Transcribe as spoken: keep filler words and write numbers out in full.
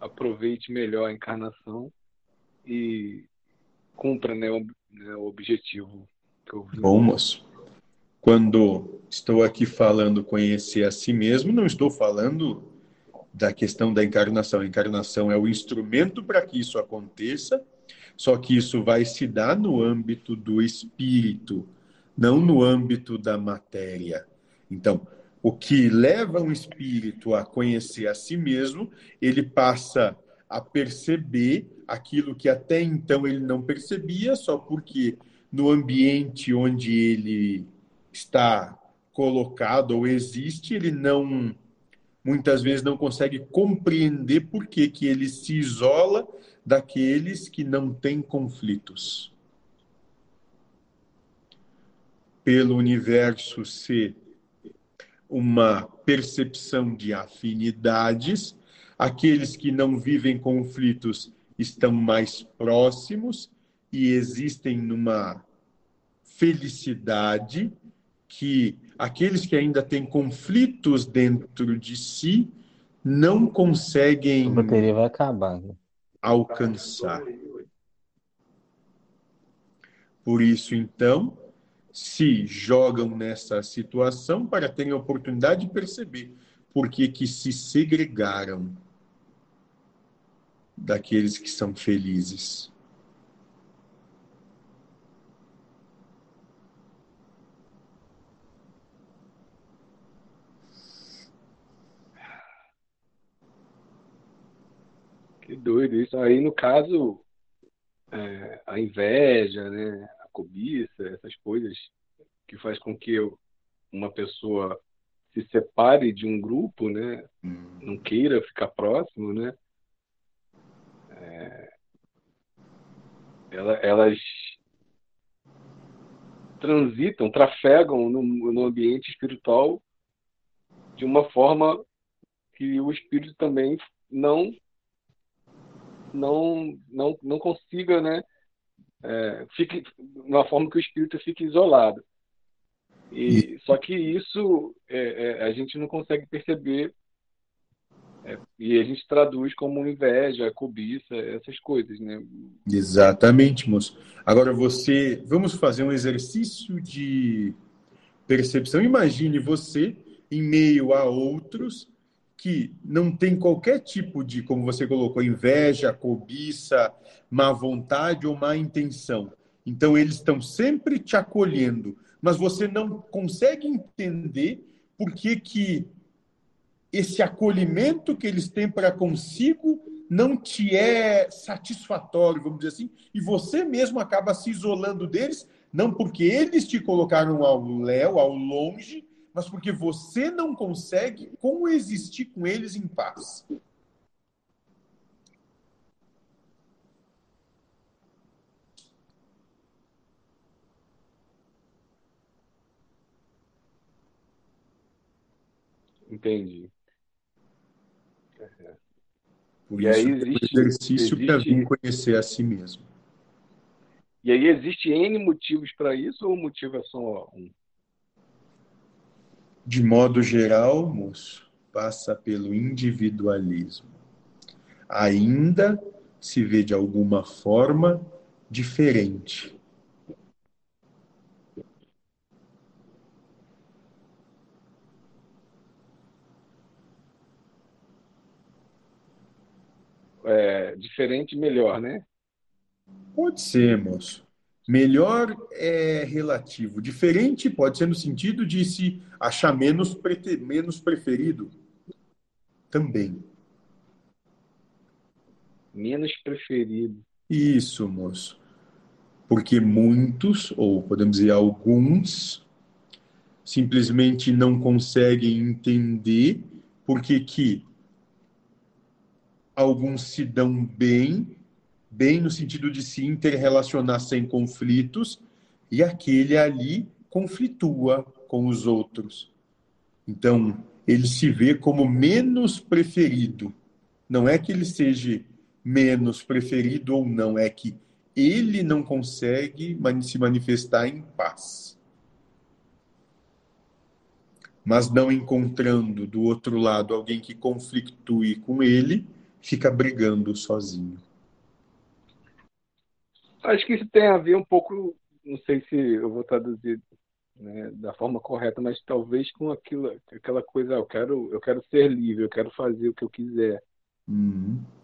aproveite melhor a encarnação e cumpra, né, o, né, o objetivo que eu vim. Bom, moço, quando estou aqui falando conhecer a si mesmo, não estou falando da questão da encarnação. A encarnação é o instrumento para que isso aconteça, só que isso vai se dar no âmbito do espírito, não no âmbito da matéria. Então, o que leva um espírito a conhecer a si mesmo, ele passa a perceber aquilo que até então ele não percebia, só porque no ambiente onde ele está colocado ou existe, ele não muitas vezes não consegue compreender por que, que ele se isola daqueles que não têm conflitos. Pelo universo ser uma percepção de afinidades, aqueles que não vivem conflitos estão mais próximos e existem numa felicidade que aqueles que ainda têm conflitos dentro de si não A conseguem bateria vai acabar, né? alcançar. Por isso, então, se jogam nessa situação para terem a oportunidade de perceber por que que se segregaram daqueles que são felizes. Que doido isso. Aí, no caso, é, a inveja, né, a cobiça, essas coisas que faz com que eu- uma pessoa se separe de um grupo, né, não queira ficar próximo, né, ela- elas transitam, trafegam no, no ambiente espiritual de uma forma que o espírito também não não não não consiga, né, é, fique uma forma que o espírito fique isolado. E, E só que isso é, é, a gente não consegue perceber e a gente traduz como inveja, cobiça, essas coisas, né? exatamente, moço. Agora você, vamos fazer um exercício de percepção. Imagine você em meio a outros que não tem qualquer tipo de, como você colocou, inveja, cobiça, má vontade ou má intenção. Então, eles estão sempre te acolhendo, mas você não consegue entender por que, que esse acolhimento que eles têm para consigo não te é satisfatório, vamos dizer assim, e você mesmo acaba se isolando deles, não porque eles te colocaram ao léu, ao longe, mas porque você não consegue coexistir com eles em paz. Entende? Por E aí isso que é um existe, exercício para vir existe, conhecer a si mesmo. e aí existe N motivos para isso ou o motivo é só um? De modo geral, moço, passa pelo individualismo. Ainda se vê de alguma forma diferente. É, diferente, melhor, né? Pode ser, moço. Melhor é relativo. Diferente pode ser no sentido de se achar menos, prete- menos preferido também. Menos preferido. Isso, moço. Porque muitos, ou podemos dizer alguns, simplesmente não conseguem entender por que que alguns se dão bem, bem no sentido de se interrelacionar sem conflitos, e aquele ali conflitua com os outros. Então, ele se vê como menos preferido. Não é que ele seja menos preferido ou não, é que ele não consegue se manifestar em paz. Mas não encontrando do outro lado alguém que conflitue com ele, fica brigando sozinho. Acho que isso tem a ver um pouco, não sei se eu vou traduzir, né, da forma correta, mas talvez com aquilo, aquela coisa, ah, eu quero, eu quero ser livre, eu quero fazer o que eu quiser. Uhum.